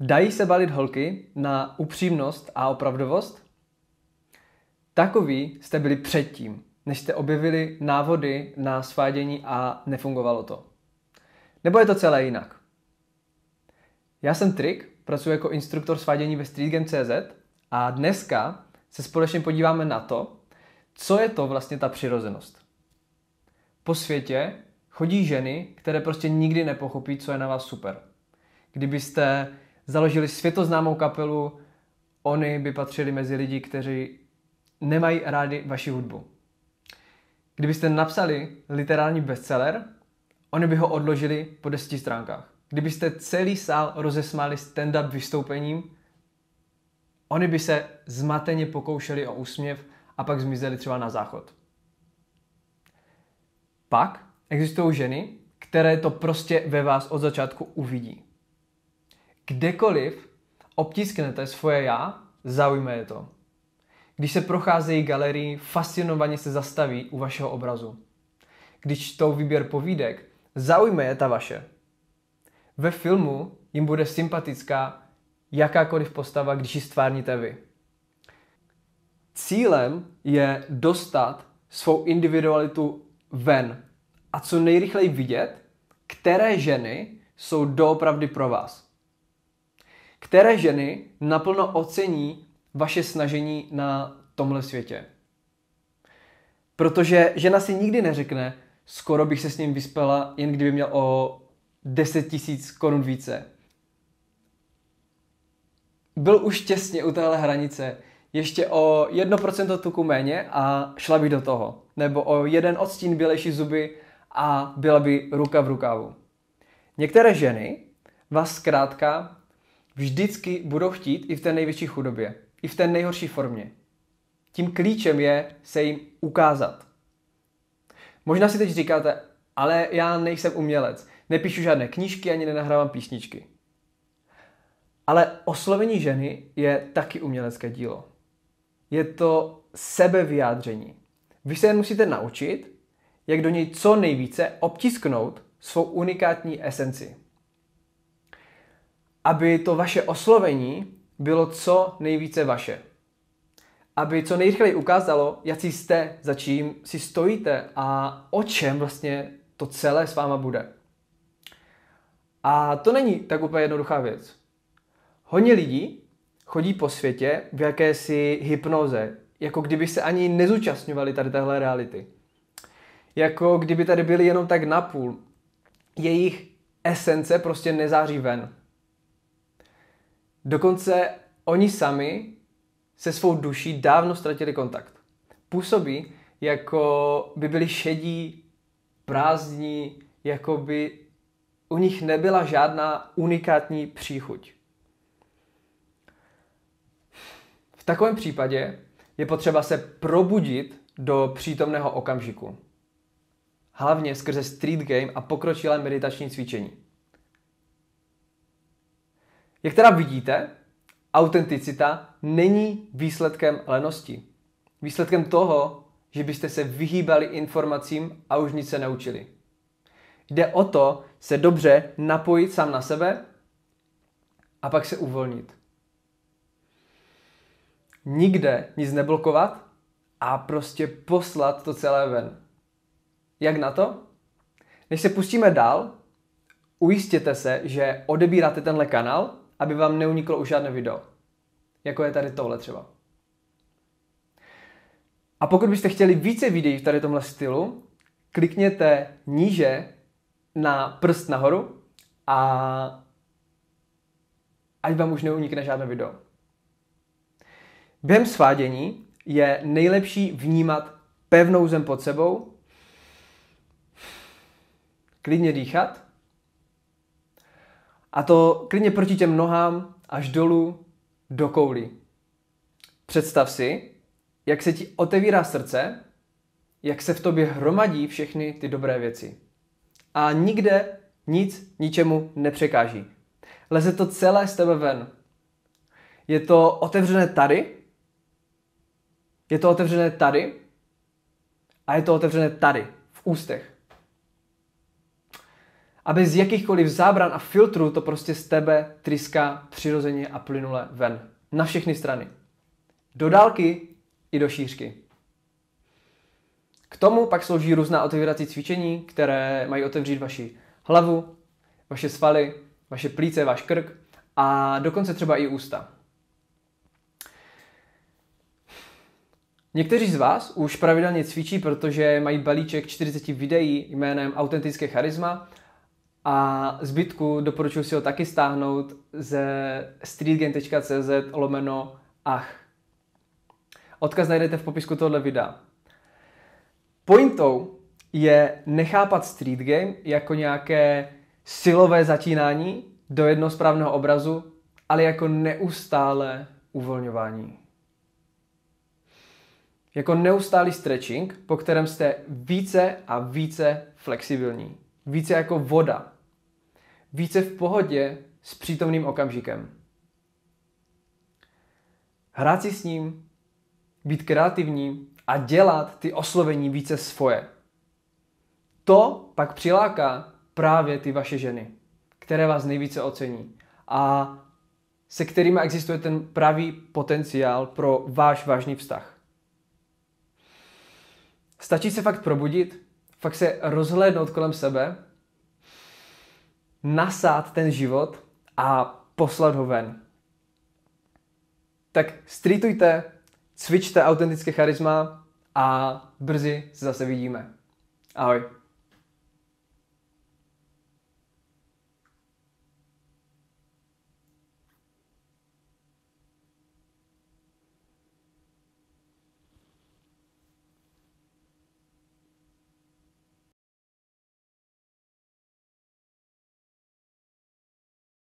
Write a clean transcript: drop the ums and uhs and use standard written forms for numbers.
Dají se balit holky na upřímnost a opravdovost? Takoví jste byli předtím, než jste objevili návody na svádění a nefungovalo to. Nebo je to celé jinak? Já jsem Trik, pracuji jako instruktor svádění ve StreetGame.cz a dneska se společně podíváme na to, co je to vlastně ta přirozenost. Po světě chodí ženy, které prostě nikdy nepochopí, co je na vás super. Kdybyste založili světoznámou kapelu, oni by patřili mezi lidi, kteří nemají rádi vaši hudbu. Kdybyste napsali literární bestseller, oni by ho odložili po 10 stránkách. Kdybyste celý sál rozesmáli stand-up vystoupením, oni by se zmateně pokoušeli o úsměv a pak zmizeli třeba na záchod. Pak existují ženy, které to prostě ve vás od začátku uvidí. Kdekoliv obtisknete svoje já, zaujme je to. Když se procházejí galerii, fascinovaně se zastaví u vašeho obrazu. Když čtou výběr povídek, zaujme je ta vaše. Ve filmu jim bude sympatická jakákoliv postava, když ji stvárníte vy. Cílem je dostat svou individualitu ven a co nejrychleji vidět, které ženy jsou doopravdy pro vás. Které ženy naplno ocení vaše snažení na tomhle světě. Protože žena si nikdy neřekne, skoro bych se s ním vyspala, jen kdyby měl o 10 000 korun více. Byl už těsně u téhle hranice, ještě o 1% tuku méně a šla by do toho. Nebo o 1 odstín bělejší zuby a byla by ruka v rukávu. Některé ženy vás zkrátka vždycky budou chtít i v té největší chudobě, i v té nejhorší formě. Tím klíčem je se jim ukázat. Možná si teď říkáte, ale já nejsem umělec, nepíšu žádné knížky ani nenahrávám písničky. Ale oslovení ženy je taky umělecké dílo. Je to sebevyjádření. Vy se jen musíte naučit, jak do něj co nejvíce obtisknout svou unikátní esenci. Aby to vaše oslovení bylo co nejvíce vaše. Aby co nejrychleji ukázalo, jaký jste, za čím si stojíte a o čem vlastně to celé s váma bude. A to není tak úplně jednoduchá věc. Hodně lidí chodí po světě v jakési hypnoze, jako kdyby se ani nezúčastňovali tady téhle reality. Jako kdyby tady byli jenom tak napůl. Jejich esence prostě nezáří ven. Dokonce oni sami se svou duší dávno ztratili kontakt. Působí, jako by byli šedí, prázdní, jako by u nich nebyla žádná unikátní příchuť. V takovém případě je potřeba se probudit do přítomného okamžiku. Hlavně skrze street game a pokročilé meditační cvičení. Jak teda vidíte, autenticita není výsledkem lenosti. Výsledkem toho, že byste se vyhýbali informacím a už nic se neučili. Jde o to se dobře napojit sám na sebe a pak se uvolnit. Nikde nic neblokovat a prostě poslat to celé ven. Jak na to? Než se pustíme dál, ujistěte se, že odebíráte tenhle kanál, aby vám neuniklo už žádné video. Jako je tady tohle třeba. A pokud byste chtěli více videí v tady tomhle stylu, klikněte níže na prst nahoru a ať vám už neunikne žádné video. Během svádění je nejlepší vnímat pevnou zem pod sebou, klidně dýchat a to klidně proti těm nohám až dolů do koulí. Představ si, jak se ti otevírá srdce, jak se v tobě hromadí všechny ty dobré věci. A nikde nic ničemu nepřekáží. Leze to celé z tebe ven. Je to otevřené tady, je to otevřené tady a je to otevřené tady, v ústech. A bez jakýchkoliv zábran a filtrů to prostě z tebe tryská přirozeně a plynule ven. Na všechny strany. Do dálky i do šířky. K tomu pak slouží různá otevírací cvičení, které mají otevřít vaši hlavu, vaše svaly, vaše plíce, váš krk a dokonce třeba i ústa. Někteří z vás už pravidelně cvičí, protože mají balíček 40 videí jménem Autentické charisma a zbytku doporučuji si ho taky stáhnout ze streetgame.cz/ach. Odkaz najdete v popisku tohoto videa. Pointou je nechápat street game jako nějaké silové zatínání do jednoho správného obrazu, ale jako neustále uvolňování. Jako neustálý stretching, po kterém jste více a více flexibilní. Více jako voda. Více v pohodě s přítomným okamžikem. Hrát si s ním, být kreativní a dělat ty oslovení více svoje. To pak přiláká právě ty vaše ženy, které vás nejvíce ocení a se kterými existuje ten pravý potenciál pro váš vážný vztah. Stačí se fakt probudit, fakt se rozhlédnout kolem sebe, nasát ten život a poslat ho ven. Tak streetujte, cvičte autentické charisma a brzy se zase vidíme. Ahoj.